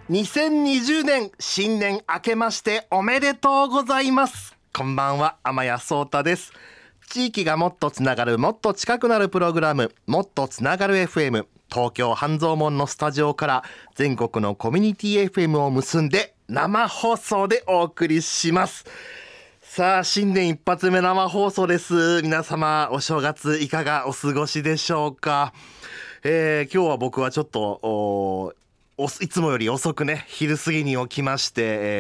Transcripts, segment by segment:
2020年新年明けましておめでとうございます。こんばんは、天谷壮太です。地域がもっとつながる、もっと近くなるプログラム、もっとつながる FM、 東京半蔵門のスタジオから全国のコミュニティ FM を結んで生放送でお送りします。さあ、新年一発目生放送です。皆様、お正月いかがお過ごしでしょうか。今日は僕はちょっといつもより遅くね、昼過ぎに起きまして、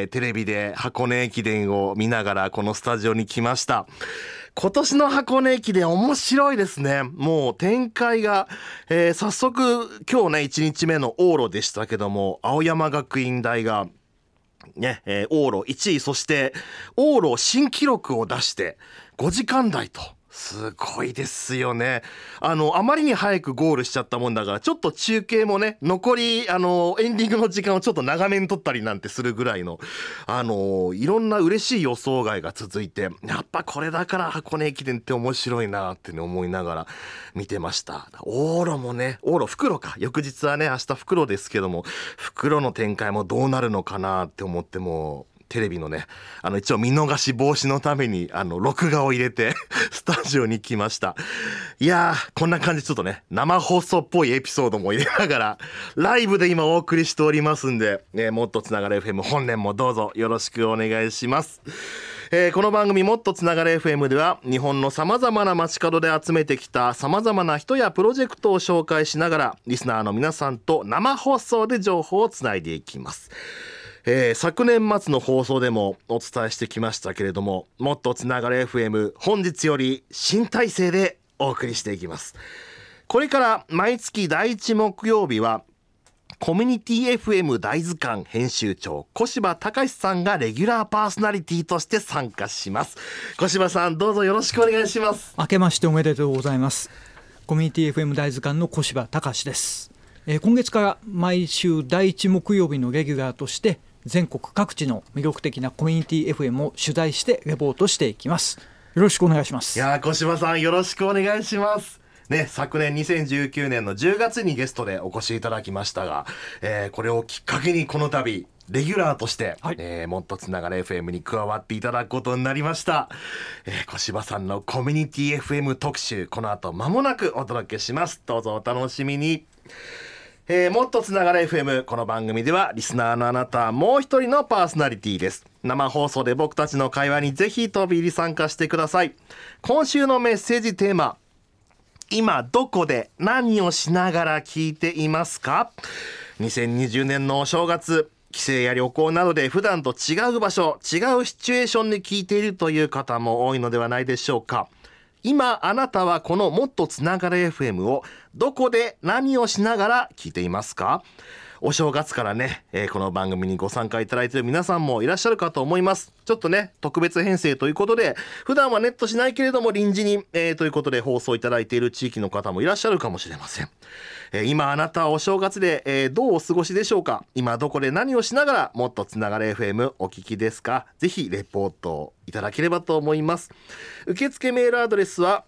テレビで箱根駅伝を見ながらこのスタジオに来ました。今年の箱根駅伝面白いですね。もう展開が、早速今日ね1日目の往路でしたけども、青山学院大がね、往路1位、そして往路新記録を出して5時間台と、すごいですよね。あまりに早くゴールしちゃったもんだから、ちょっと中継もね、残りエンディングの時間をちょっと長めに取ったりなんてするぐらいのいろんな嬉しい予想外が続いて、やっぱこれだから箱根駅伝って面白いなってね思いながら見てました。往路もね、往路復路か、翌日はね明日復路ですけども、復路の展開もどうなるのかなって思って、もテレビのね、一応見逃し防止のために録画を入れてスタジオに来ました。いやー、こんな感じ、ちょっとね生放送っぽいエピソードも入れながらライブで今お送りしておりますんで、もっとつながる FM 本年もどうぞよろしくお願いします。この番組もっとつながる FM では、日本のさまざまな街角で集めてきたさまざまな人やプロジェクトを紹介しながら、リスナーの皆さんと生放送で情報をつないでいきます。昨年末の放送でもお伝えしてきましたけれども、もっとつながる FM 本日より新体制でお送りしていきます。これから毎月第1木曜日はコミュニティ FM 大図鑑編集長小柴隆さんがレギュラーパーソナリティとして参加します。小柴さん、どうぞよろしくお願いします。 明けましておめでとうございます。コミュニティ FM 大図鑑の小柴隆です。今月から毎週第1木曜日のレギュラーとして全国各地の魅力的なコミュニティ FM を取材してレポートしていきます。よろしくお願いします。 いや、小柴さんよろしくお願いしますね。昨年2019年の10月にゲストでお越しいただきましたが、これをきっかけにこの度レギュラーとして、はい、もっとつながる FM に加わっていただくことになりました。小柴さんのコミュニティ FM 特集、この後間もなくお届けします。どうぞお楽しみに。もっとつながる FM、 この番組ではリスナーのあなたはもう一人のパーソナリティです。生放送で僕たちの会話にぜひ飛び入り参加してください。今週のメッセージテーマ、今どこで何をしながら聞いていますか。2020年のお正月、帰省や旅行などで普段と違う場所、違うシチュエーションで聞いているという方も多いのではないでしょうか。今あなたはこのもっとつながる FM をどこで何をしながら聞いていますか。お正月からね、この番組にご参加いただいている皆さんもいらっしゃるかと思います。ちょっとね特別編成ということで、普段はネットしないけれども臨時に、ということで放送いただいている地域の方もいらっしゃるかもしれません。今あなたはお正月で、どうお過ごしでしょうか。今どこで何をしながらもっとつながる FM お聞きですか。ぜひレポートをいただければと思います。受付メールアドレスは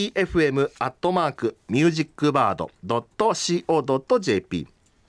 mtfm@musicbird.co.jp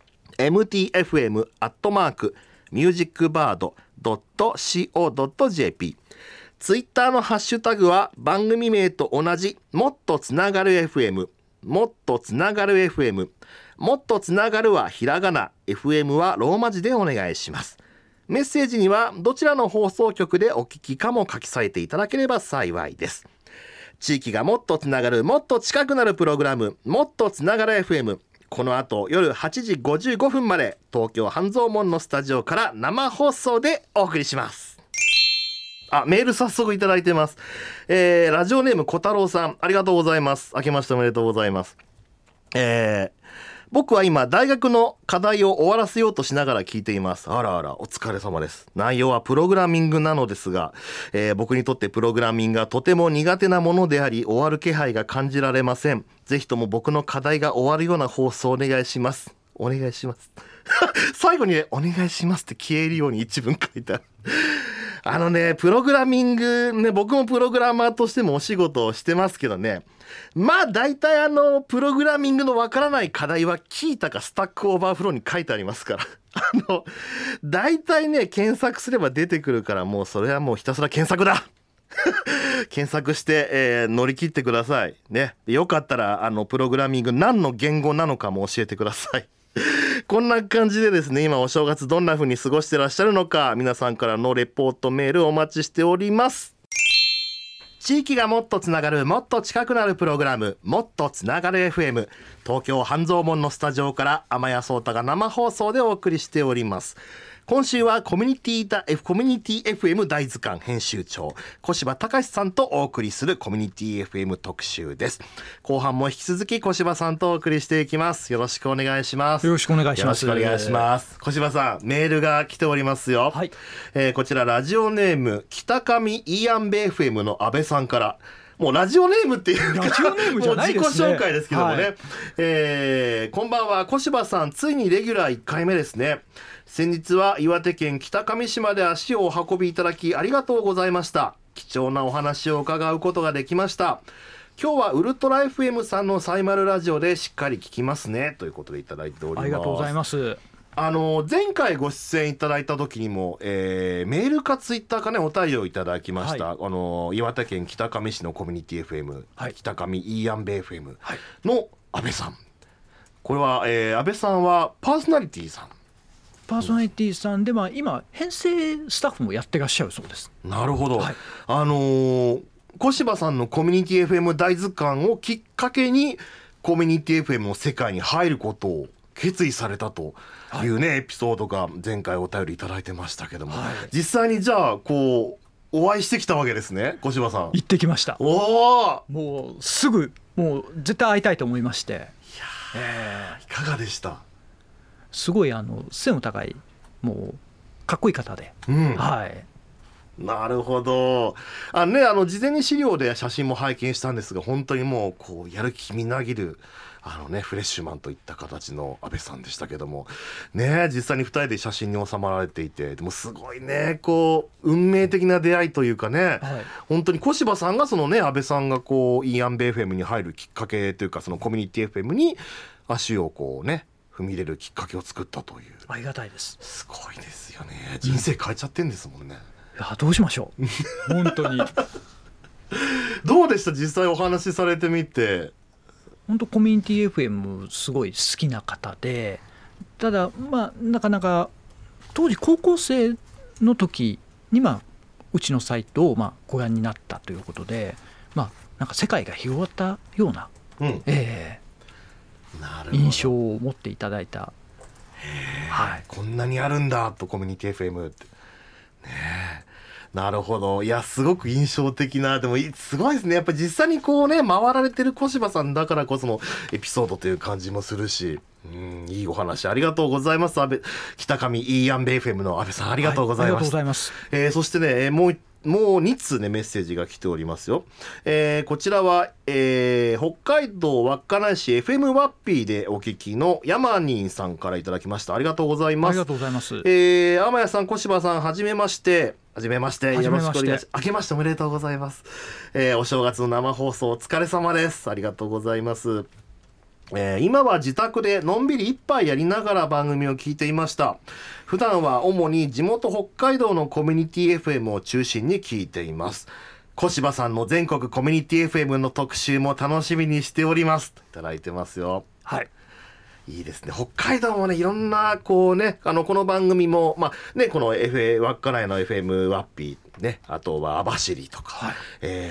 mtfm@musicbird.co.jp。 ツイッターのハッシュタグは番組名と同じもっとつながる FM、 もっとつながる FM、 もっとつながるはひらがな、 FM はローマ字でお願いします。メッセージにはどちらの放送局でお聞きかも書き添えていただければ幸いです。地域がもっとつながる、もっと近くなるプログラム、もっとつながる FM、この後夜8時55分まで東京半蔵門のスタジオから生放送でお送りします。メール早速いただいてます。ラジオネーム小太郎さん、ありがとうございます。明けましておめでとうございます。僕は今大学の課題を終わらせようとしながら聞いています。あらあら、お疲れ様です。内容はプログラミングなのですが、僕にとってプログラミングがとても苦手なものであり、終わる気配が感じられません。ぜひとも僕の課題が終わるような放送をお願いします。お願いします最後にね、お願いしますって消えるように一文書いてあるプログラミングね、僕もプログラマーとしてもお仕事をしてますけどね、まあ大体プログラミングのわからない課題はキータかスタックオーバーフローに書いてありますから大体ね検索すれば出てくるから、もうそれはもうひたすら検索だ検索して、乗り切ってくださいね。よかったらプログラミング何の言語なのかも教えてくださいこんな感じでですね、今お正月どんな風に過ごしてらっしゃるのか、皆さんからのレポートメールお待ちしております。地域がもっとつながる、もっと近くなるプログラム、もっとつながる FM、 東京半蔵門のスタジオから天谷壮太が生放送でお送りしております。今週はコミュニティ FM 大図鑑編集長小柴隆さんとお送りするコミュニティ FM 特集です。後半も引き続き小柴さんとお送りしていきます。よろしくお願いします。 よろしくお願いします。 よろしくお願いします。小柴さん、メールが来ておりますよ、 はい。 こちらラジオネーム北上イーアンベ FM の安倍さんから、もうラジオネームっていうかラジオネームじゃないですね。 もう自己紹介ですけどもね、 はい。 こんばんは、小柴さん、ついにレギュラー1回目ですね。先日は岩手県北上市まで足をお運びいただきありがとうございました。貴重なお話を伺うことができました。今日はウルトラ FM さんのサイマルラジオでしっかり聞きますね、ということでいただいております。 ありがとうございます。 前回ご出演いただいた時にも、メールかツイッターかねお便りをいただきました、はい。岩手県北上市のコミュニティ FM、はい、北上イーアンベ FM の安倍さん、これは、安倍さんはパーソナリティさんで、今編成スタッフもやってらっしゃるそうです。 なるほど、 はい。 小柴さんのコミュニティ FM 大図鑑をきっかけにコミュニティ FM の世界に入ることを決意されたというね、はい、エピソードが前回お便りいただいてましたけども、はい、実際にじゃあお会いしてきたわけですね。小柴さん行ってきました。もうすぐもう絶対会いたいと思いまして。いや、 いかがでした？ すごい背の高いもうかっこいい方で、はい。 なるほど。事前に資料で写真も拝見したんですが、本当にもうやる気みなぎるフレッシュマンといった形の安倍さんでしたけどもね、実際に2人で写真に収まられていて、でもすごいね運命的な出会いというかね、はい、本当に小柴さんが安倍さんがイーアンベ FM に入るきっかけというか、そのコミュニティ FM に足を踏み入れるきっかけを作ったという。 ありがたいです。 すごいですよね。人生変えちゃってんですもんね。 いや、どうしましょう本当にどうでした、実際お話しされてみて。 本当コミュニティ FM すごい好きな方で、ただなかなか当時高校生の時にうちのサイトをご覧になったということで、なんか世界が広がったような、なるほど、印象を持っていただいた。 はい、こんなにあるんだとコミュニティ FM ってね。なるほど。いや、すごく印象的な、でもすごいですね。やっぱり実際に回られてる小柴さんだからこそのエピソードという感じもするし、いいお話ありがとうございます。北上イーアンベ FM の安倍さん、ありがとうございます。 ありがとうございます。 そしてね、もう2通ねメッセージが来ておりますよ。こちらは、北海道稚内市 FM ワッピーでお聞きのヤマニンさんからいただきました。ありがとうございます。 ありがとうございます。 天谷さん、小柴さん、はじめまして。よろしくお願いします。明けましておめでとうございます。お正月の生放送お疲れ様です。ありがとうございます。今は自宅でのんびり一杯やりながら番組を聞いていました。普段は主に地元北海道のコミュニティ FM を中心に聞いています。小柴さんの全国コミュニティ FM の特集も楽しみにしております、といただいてますよ。 はい、 いいですね。北海道もね、いろんなこの番組もこの稚内の FM ワッピーね、あとは網走とか、はい、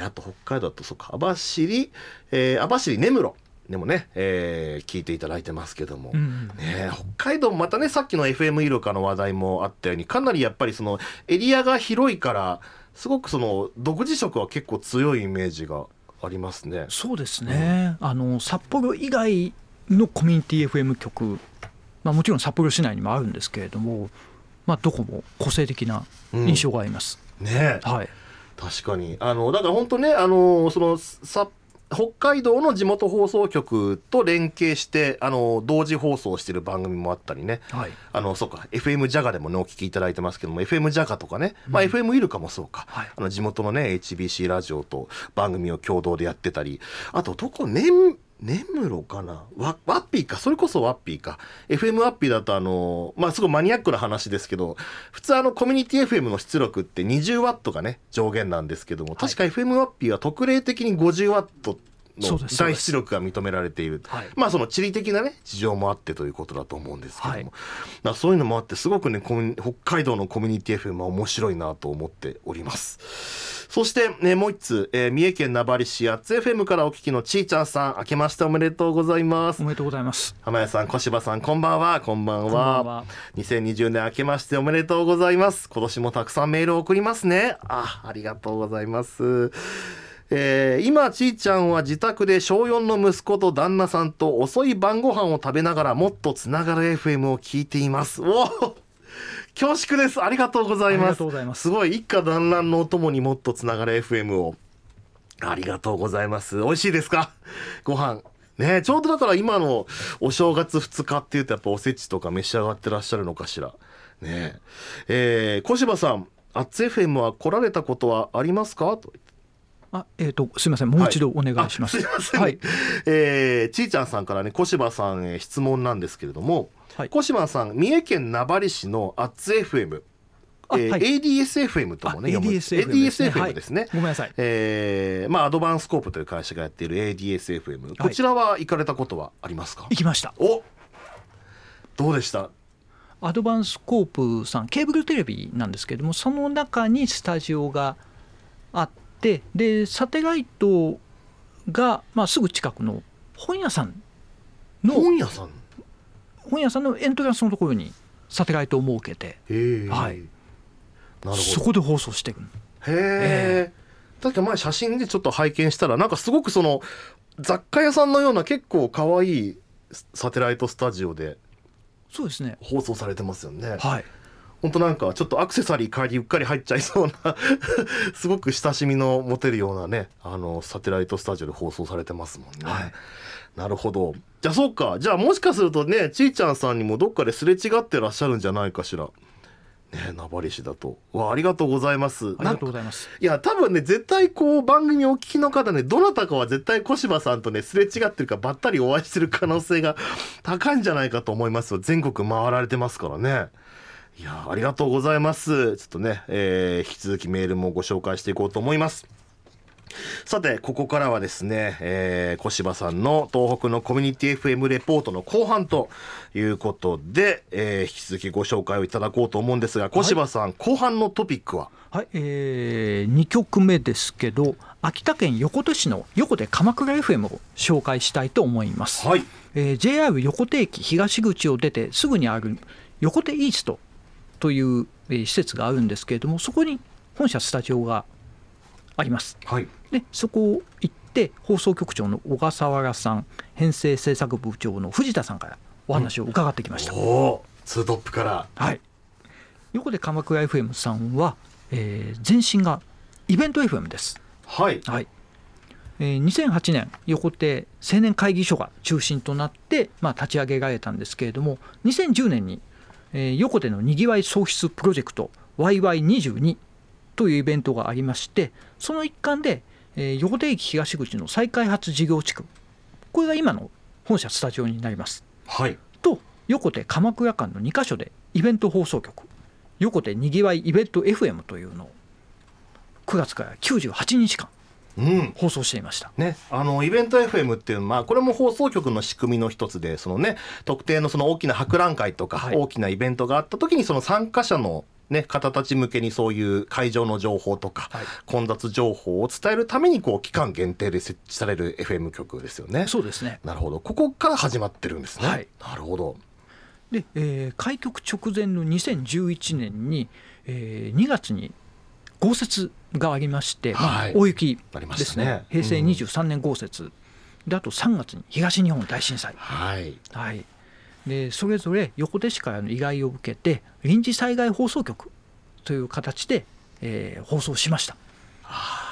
あと北海道だと網走根室でもね、聞いていただいてますけども、北海道もまたね、さっきの FM イルカの話題もあったように、かなりやっぱりそのエリアが広いからすごくその独自色は結構強いイメージがありますね。 そうですね、札幌以外のコミュニティ FM 局、もちろん札幌市内にもあるんですけれども、どこも個性的な印象があります、 ね。はい、確かにだから本当ね、その北海道の地元放送局と連携して同時放送している番組もあったりね、 はい、 そうか FM ジャガでもねお聞きいただいてますけども FM ジャガとかね、FM イルカもそうか、はい、地元のね HBC ラジオと番組を共同でやってたり、あとどこ根室かな、ワッピーか、それこそワッピーか、 FM ワッピーだとすごいマニアックな話ですけど、普通コミュニティ FM の出力って20ワットがね上限なんですけども、確か FM ワッピーは特例的に50ワットの大出力が認められている、その地理的なね事情もあってということだと思うんですけども、そういうのもあってすごくね北海道のコミュニティ FM は面白いなと思っております。そして、もう一つ、三重県名張市アッツ FM からお聞きのちーちゃんさん、明けましておめでとうございます。 おめでとうございます。 浜谷さん、小柴さん、こんばんは。こんばんは。2020年明けましておめでとうございます。今年もたくさんメールを送りますね。ありがとうございます。今ちーちゃんは自宅で小4の息子と旦那さんと遅い晩ご飯を食べながらもっとつながる FM を聞いています。恐縮です。ありがとうございます。すごい一家団らんのお供にもっとつながる FM をありがとうございます。美味しいですか、ご飯ね。ちょうどだから今のお正月2日っていうとやっぱおせちとか召し上がってらっしゃるのかしらね。小柴さん、アッツ FM は来られたことはありますかと。 すいません、もう一度お願いします。 すいません、ちーちゃんさんからね小柴さんへ質問なんですけれども、小柴さん、三重県名張市のアッツ FM、ADSFM ともね、ADSFM ですね。 ごめんなさい。 アドバンスコープという会社がやっている ADSFM、こちらは行かれたことはありますか？ 行きました。 どうでした？ アドバンスコープさん、ケーブルテレビなんですけれども、その中にスタジオがあって、でサテライトが、すぐ近くの本屋さんのエントランスのところにサテライトを設けて、なるほど、そこで放送していく。 確か前写真でちょっと拝見したら、なんかすごくその雑貨屋さんのような結構かわいいサテライトスタジオで放送されてますよね。本当なんかちょっとアクセサリー買いにうっかり入っちゃいそうなすごく親しみの持てるようなねサテライトスタジオで放送されてますもんね。なるほど。じゃあそうか、じゃあもしかするとねちーちゃんさんにもどっかですれ違ってらっしゃるんじゃないかしらね、名張市だと。ありがとうございます。 ありがとうございます。 いや多分ね絶対こう番組をお聞きの方ね、どなたかは絶対小柴さんとねすれ違ってるかばったりお会いしてる可能性が高いんじゃないかと思いますよ。全国回られてますからね。いやありがとうございます。ちょっとね、引き続きメールもご紹介していこうと思います。さてここからはですね、小柴さんの東北のコミュニティ FM レポートの後半ということで、引き続きご紹介をいただこうと思うんですが、小柴さん、後半のトピックは 2曲目ですけど、秋田県横手市の横手鎌倉 FM を紹介したいと思います。JR 横手駅東口を出てすぐにある横手イーストという、施設があるんですけれども、そこに本社スタジオがあります。でそこを行って放送局長の小笠原さん、編成制作部長の藤田さんからお話を伺ってきました。 ツートップから。 横手鎌倉 FM さんは、前身がイベント FM です。2008年横手青年会議所が中心となって、立ち上げられたんですけれども、2010年に、横手のにぎわい創出プロジェクト YY22 というイベントがありまして、その一環で、横手駅東口の再開発事業地区、これが今の本社スタジオになります。と横手鎌倉間の2カ所でイベント放送局、横手にぎわいイベント FM というのを9月から98日間放送していました。 イベント FM っていうのはこれも放送局の仕組みの一つで、そのね特定のその大きな博覧会とか、大きなイベントがあった時にその参加者の方たち向けにそういう会場の情報とか、混雑情報を伝えるために期間限定で設置される FM 局ですよね。 そうですね。 なるほど、ここから始まってるんですね。なるほど。 で、開局直前の2011年に、2月に豪雪がありまして、大雪ですね。平成23年豪雪で、あと3月に東日本大震災。でそれぞれ横手市からの依頼を受けて臨時災害放送局という形で、放送しました。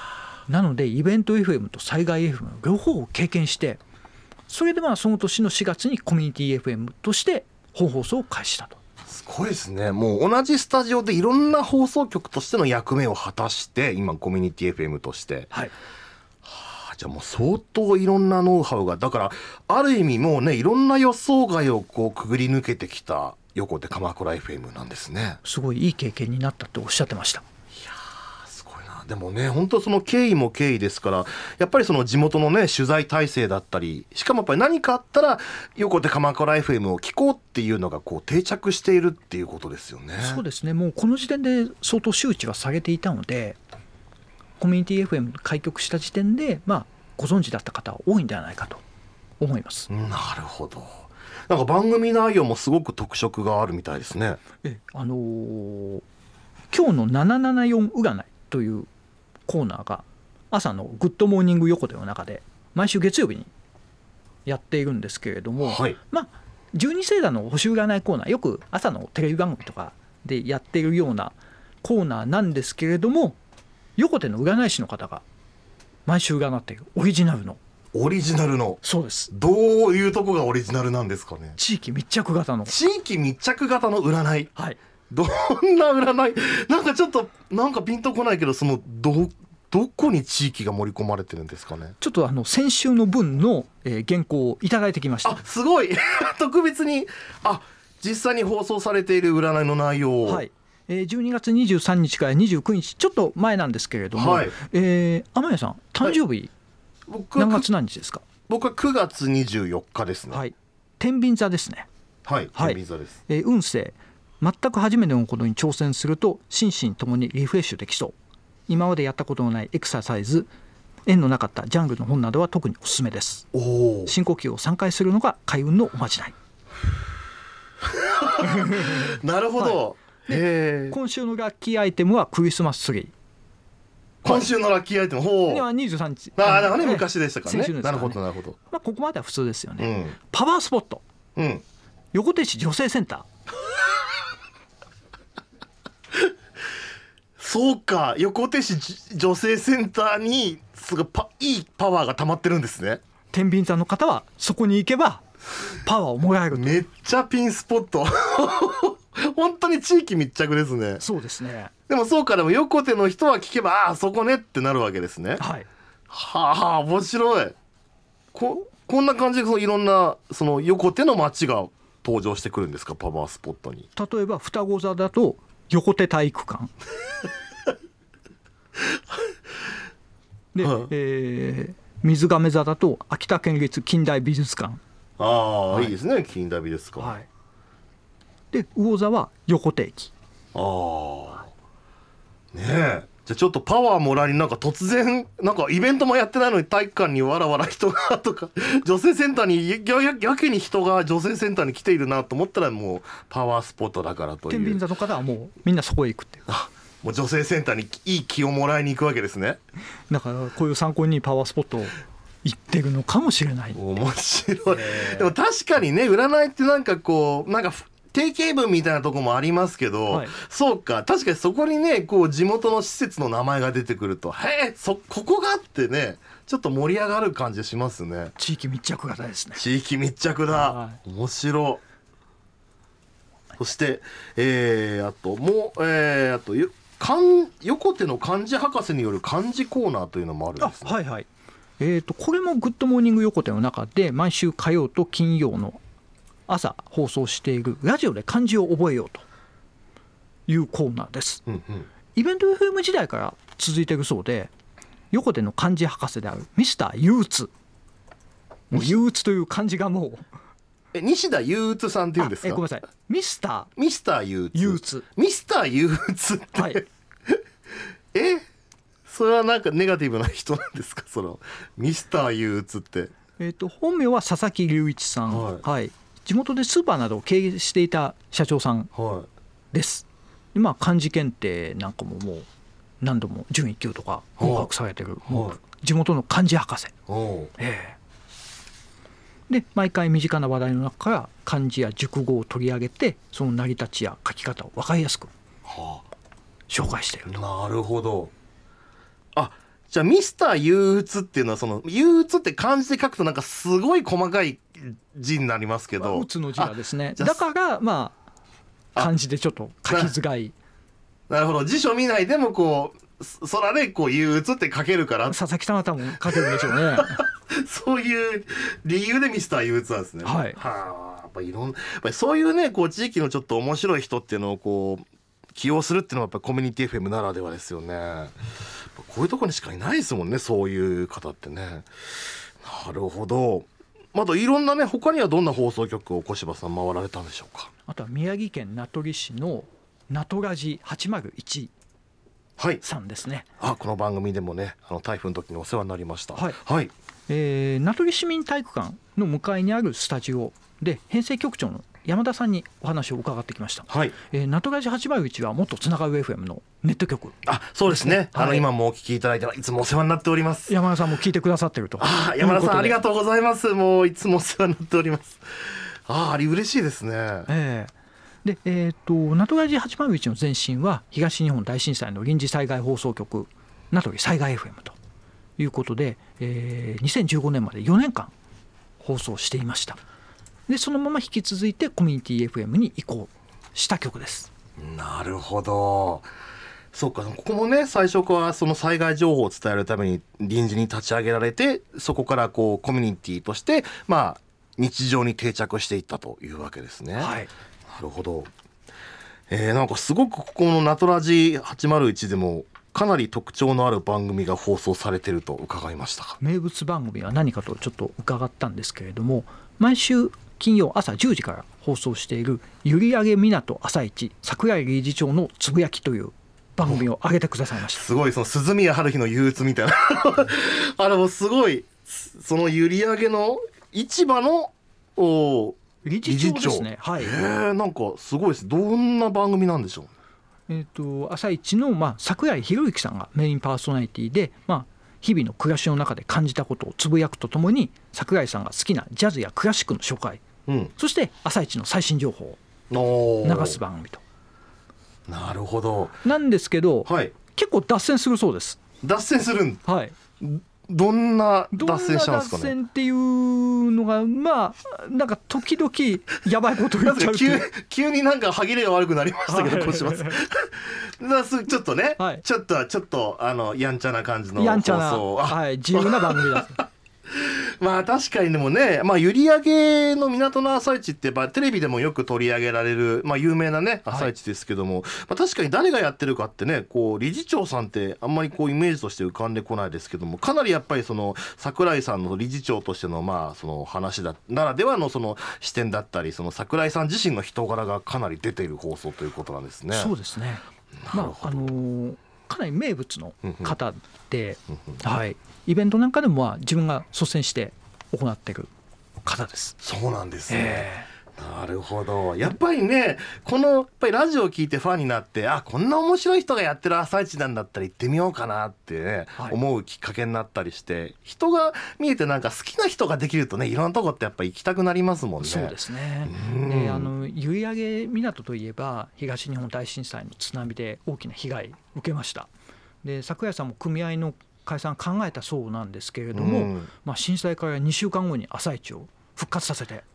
なのでイベント FM と災害 FM の両方を経験して、それでその年の4月にコミュニティ FM として本放送を開始したと。 すごいですね。もう同じスタジオでいろんな放送局としての役目を果たして、今コミュニティ FM として、 はい、 じゃあもう相当いろんなノウハウが、だからある意味もうね、いろんな予想外をこうくぐり抜けてきた横手鎌倉 FM なんですね。 すごいいい経験になったっておっしゃってました。 すごいな。でもね、本当その経緯も経緯ですから、やっぱりその地元のね取材体制だったり、しかもやっぱり何かあったら横手鎌倉 FM を聞こうっていうのがこう定着しているっていうことですよね。 そうですね。もうこの時点で相当周知はされていたので、コミュニティ FM 開局した時点でご存知だった方は多いんではないかと思います。 なるほど。なんか番組内容もすごく特色があるみたいですね。 今日の774占いというコーナーが朝のグッドモーニング横手の中で毎週月曜日にやっているんですけれども、 はい、 12星座の星占いコーナー、よく朝のテレビ番組とかでやっているようなコーナーなんですけれども、横手の占い師の方が毎週占っているオリジナルの。 そうです。 どういうとこがオリジナルなんですかね。 地域密着型の占い、 はい、 どんな占いなんかちょっとなんかピンとこないけど、そのどこに地域が盛り込まれてるんですかね。 ちょっと先週の分の、原稿をいただいてきました。 すごい特別に実際に放送されている占いの内容を、 はい、12月23日から29日ちょっと前なんですけれども、天谷さん誕生日、何月何日ですか。 僕は9月24日ですね。 はい、天秤座ですね。 はい、天秤座です。 運勢、全く初めてのことに挑戦すると心身ともにリフレッシュできそう。今までやったことのないエクササイズ、縁のなかったジャンルの本などは特におすすめです。深呼吸を3回するのが開運のおまじないなるほど、 今週のラッキーアイテムはクリスマスツリー。 今週のラッキーアイテム、 23日、 昔でしたからね。 先週ですからね。 なるほど、 ここまでは普通ですよね。パワースポット、横手市女性センターそうか、横手市女性センターにすごいいいパワーが溜まってるんですね。 天秤座の方はそこに行けばパワーをもらえると。 めっちゃピンスポット本当に地域密着ですね。 そうですね。 でもそうか、でも横手の人は聞けばそこねってなるわけですね。 はい、 面白い。こんな感じでいろんなその横手の町が登場してくるんですか、パワースポットに。 例えば双子座だと横手体育館で、水亀座だと秋田県立近代美術館。 いいですね、近代美術館。 で魚座は横手駅。 ねえ、じゃあちょっとパワーもらいになんか突然なんかイベントもやってないのに体育館にわらわら人がとか女性センターにやけに人が女性センターに来ているなと思ったら、もうパワースポットだからという。 天秤座の方はもうみんなそこへ行くっていう。 もう女性センターにいい気をもらいに行くわけですね。 だからこういう参考にパワースポットを行ってるのかもしれない。 面白い。でも確かにね、占いってなんかこうなんか定型文みたいなとこもありますけど、そうか、確かにそこにねこう地元の施設の名前が出てくると、ここがってね、ちょっと盛り上がる感じしますね。 地域密着型ですね。 地域密着だ、面白い。そしてあともう横手の漢字博士による漢字コーナーというのもあるんですね。 これもグッドモーニング横手の中で毎週火曜と金曜の朝放送しているラジオで漢字を覚えようというコーナーです。イベント FM 時代から続いているそうで、横手の漢字博士であるミスター憂鬱、もう憂鬱という漢字がもう西田憂鬱さんっていうんですか。 ごめんなさい、ミスター憂鬱ミスター憂鬱って、それはなんかネガティブな人なんですか、そのミスター憂鬱って。 本名は佐々木隆一さん、地元でスーパーなどを経営していた社長さんです。漢字検定なんかももう何度も準1級とか合格されてる、地元の漢字博士。で毎回身近な話題の中から漢字や熟語を取り上げて、その成り立ちや書き方を分かりやすく紹介していると。 なるほど。 じゃあミスター憂鬱っていうのは、その憂鬱って漢字で書くとなんかすごい細かい字になりますけど、 うつの字がですね、 じゃあだからまあ漢字でちょっと書きづらい。 なるほど、辞書見ないでもこう空でこう憂鬱って書けるから佐々木さんは多分書けるでしょうね。 そういう理由でミスター憂鬱なんですね。 はい。 はあ、やっぱやっぱりそういうね、こう地域のちょっと面白い人っていうのをこう起用するっていうのはやっぱコミュニティ FM ならではですよね。こういうところにしかいないですもんね、そういう方ってね。なるほど。まだいろんなね、他にはどんな放送局を小柴さん回られたんでしょうか。 あとは宮城県名取市の名取ラジ801さんですね。 あ、この番組でもね、台風の時にお世話になりました。 はい、 はい。 名取市民体育館の向かいにあるスタジオで編成局長の山田さんにお話を伺ってきました。 はい。 名取ラジ801は元つながる FM のネット局。 あ、そうですね。 はい、 今もお聞きいただいていつもお世話になっております。 山田さんも聞いてくださってると。 山田さんありがとうございます。もういつもお世話になっております。嬉しいですね。 で名取ラジ801の前身は東日本大震災の臨時災害放送局名取災害 FM ということで、2015年まで4年間放送していました。でそのまま引き続いてコミュニティ FM に移行した曲です。 なるほど。そうか、ここもね、最初からその災害情報を伝えるために臨時に立ち上げられて、そこからこうコミュニティとして日常に定着していったというわけですね。 はい、 なるほど。なんかすごくここのナトラジ801でもかなり特徴のある番組が放送されていると伺いました。 名物番組は何かとちょっと伺ったんですけれども、毎週金曜朝10時から放送している閖上港朝市櫻井理事長のつぶやきという番組を挙げてくださいました。 すごい、その鈴宮春日の憂鬱みたいなもうすごい、その閖上の市場の理事長ですね。はい。 なんかすごいです。どんな番組なんでしょう。朝一の櫻井宏之さんがメインパーソナリティで、日々の暮らしの中で感じたことをつぶやくとともに、櫻井さんが好きなジャズやクラシックの紹介、そして朝一の最新情報を流す番組と。 なるほど。 なんですけど、 はい、 結構脱線するそうです。 脱線するん。 はい。 どんな脱線しちゃうんですかね。 脱線っていうのがなんか時々やばいこと言っちゃう急になんか歯切れが悪くなりましたけど、こうしますちょっとね、はい、ちょっとやんちゃな感じの放送、 やんちゃな、自由な番組です確かに。でもね、閖上の港の朝市ってテレビでもよく取り上げられる、有名なね朝市ですけども、確かに誰がやってるかってね、こう理事長さんってあんまりこうイメージとして浮かんでこないですけども、かなりやっぱりその櫻井さんの理事長としてのその話ならではのその視点だったり、その櫻井さん自身の人柄がかなり出ている放送ということなんですね。 そうですね。かなり名物の方で、イベントなんかでも自分が率先して行っている方です。 そうなんですね。なるほど。やっぱりね、やっぱりラジオを聞いてファンになって、こんな面白い人がやってる朝市なんだったら行ってみようかなってね、思うきっかけになったりして、人が見えてなんか好きな人ができるとね、いろんなとこってやっぱ行きたくなりますもんね。 そうですね。閖上港といえば東日本大震災の津波で大きな被害を受けました。で櫻井さんも組合の解散考えたそうなんですけれども、震災から2週間後に朝市を復活させて、で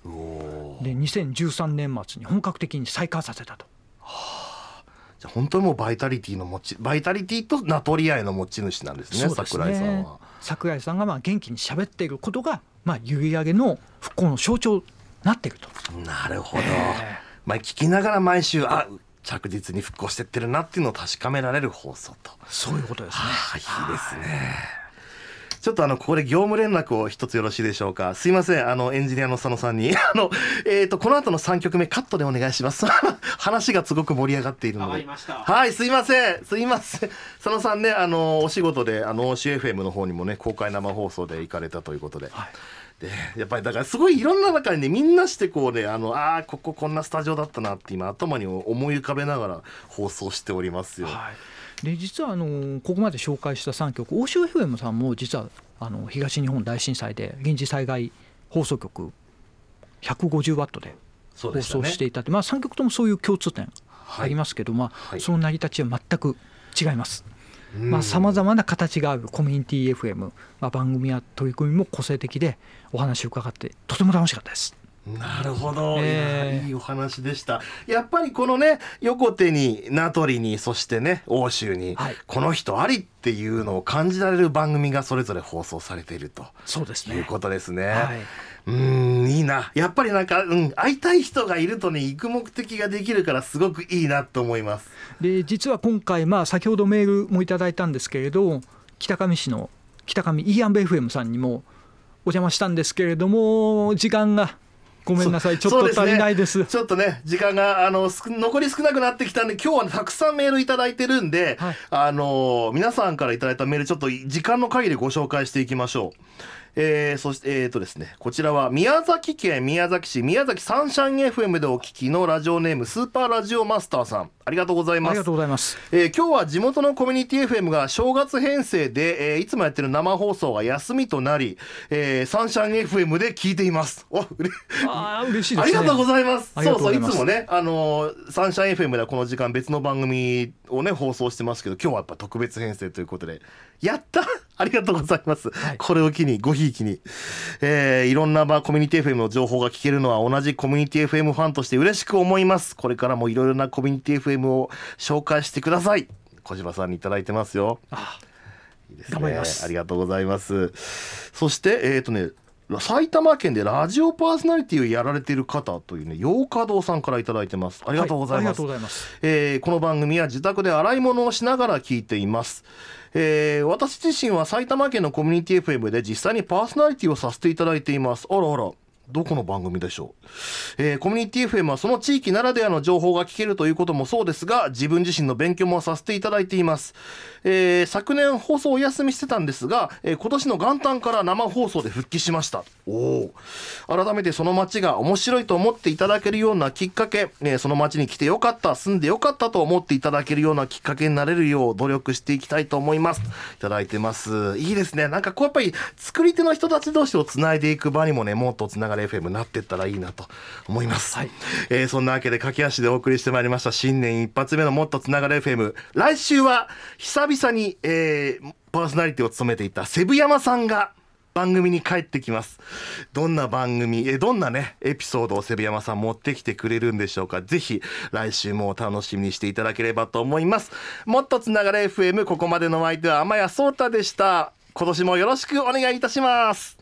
2013年末に本格的に再開させたと。 じゃあ本当にもうバイタリティと名取愛の持ち主なんですね。櫻井さんは。 櫻井さんが元気に喋っていることが閖上の復興の象徴になっていると。 なるほど。聞きながら毎週着実に復興していってるなっていうのを確かめられる放送と。 そういうことですね。 いいですね。ちょっとここで業務連絡を一つよろしいでしょうか。すいません、エンジニアの佐野さんにこの後の3曲目カットでお願いします話がすごく盛り上がっているので。はい、すいません佐野さんね、お仕事でOCFM の方にもね公開生放送で行かれたということで、でやっぱりだからすごいいろんな中にね、みんなしてこうねこここんなスタジオだったなって今頭に思い浮かべながら放送しておりますよ。 で実はここまで紹介した3曲、欧州 FM さんも実は東日本大震災で臨時災害放送局150ワットで放送していたって、3曲ともそういう共通点ありますけど、その成り立ちは全く違います。 さまざまな形があるコミュニティ FM、番組や取り組みも個性的でお話を伺ってとても楽しかったです。 なるほど、いいお話でした。やっぱりこのね、横手に名取にそしてね奥州に、この人ありっていうのを感じられる番組がそれぞれ放送されているということですね。いいな。やっぱりなんか、会いたい人がいるとね、行く目的ができるからすごくいいなと思います。 で実は今回、先ほどメールもいただいたんですけれど、北上市の北上 E&FM さんにもお邪魔したんですけれども、時間がごめんなさい、ちょっと足りないです。 ちょっとね、時間が残り少なくなってきたんで、今日は、たくさんメールいただいてるんで、皆さんからいただいたメール、ちょっと時間の限りご紹介していきましょう。そしてですね、こちらは宮崎県宮崎市宮崎サンシャイン FM でお聞きのラジオネームスーパーラジオマスターさん、ありがとうございます。 ありがとうございます。 今日は地元のコミュニティ FM が正月編成で、いつもやってる生放送が休みとなり、サンシャイン FM で聞いています。 嬉しいですね。 ありがとうございます。そういつもね、サンシャイン FM ではこの時間別の番組をね放送してますけど、今日はやっぱ特別編成ということで、やったありがとうございます。これを機にごひいきに、いろんなコミュニティ FM の情報が聞けるのは同じコミュニティ FM ファンとして嬉しく思います。これからもいろいろなコミュニティ FM を紹介してください。小島さんにいただいてますよ。いいですね、頑張ります。ありがとうございます。そして埼玉県でラジオパーソナリティをやられている方というね、洋華堂さんからいただいてます。ありがとうございます。この番組は自宅で洗い物をしながら聞いています。私自身は埼玉県のコミュニティ FM で実際にパーソナリティをさせていただいています。あらあら、どこの番組でしょう。コミュニティ FM はその地域ならではの情報が聞けるということもそうですが、自分自身の勉強もさせていただいています。昨年放送をお休みしてたんですが、今年の元旦から生放送で復帰しました。改めてその街が面白いと思っていただけるようなきっかけ、その街に来てよかった、住んでよかったと思っていただけるようなきっかけになれるよう努力していきたいと思います。いただいてます。いいですね。なんかこうやっぱり作り手の人たち同士をつないでいく場にもね、もっとつながる FM になっていったらいいなと思います。そんなわけで駆け足でお送りしてまいりました新年一発目のもっとつながる FM。 来週は久々に、パーソナリティを務めていたセブ山さんが番組に帰ってきます。どんな番組、どんなねエピソードをセブ山さん持ってきてくれるんでしょうか。ぜひ来週も楽しみにしていただければと思います。もっとつながる FM、 ここまでのお相手は天谷壮太でした。今年もよろしくお願いいたします。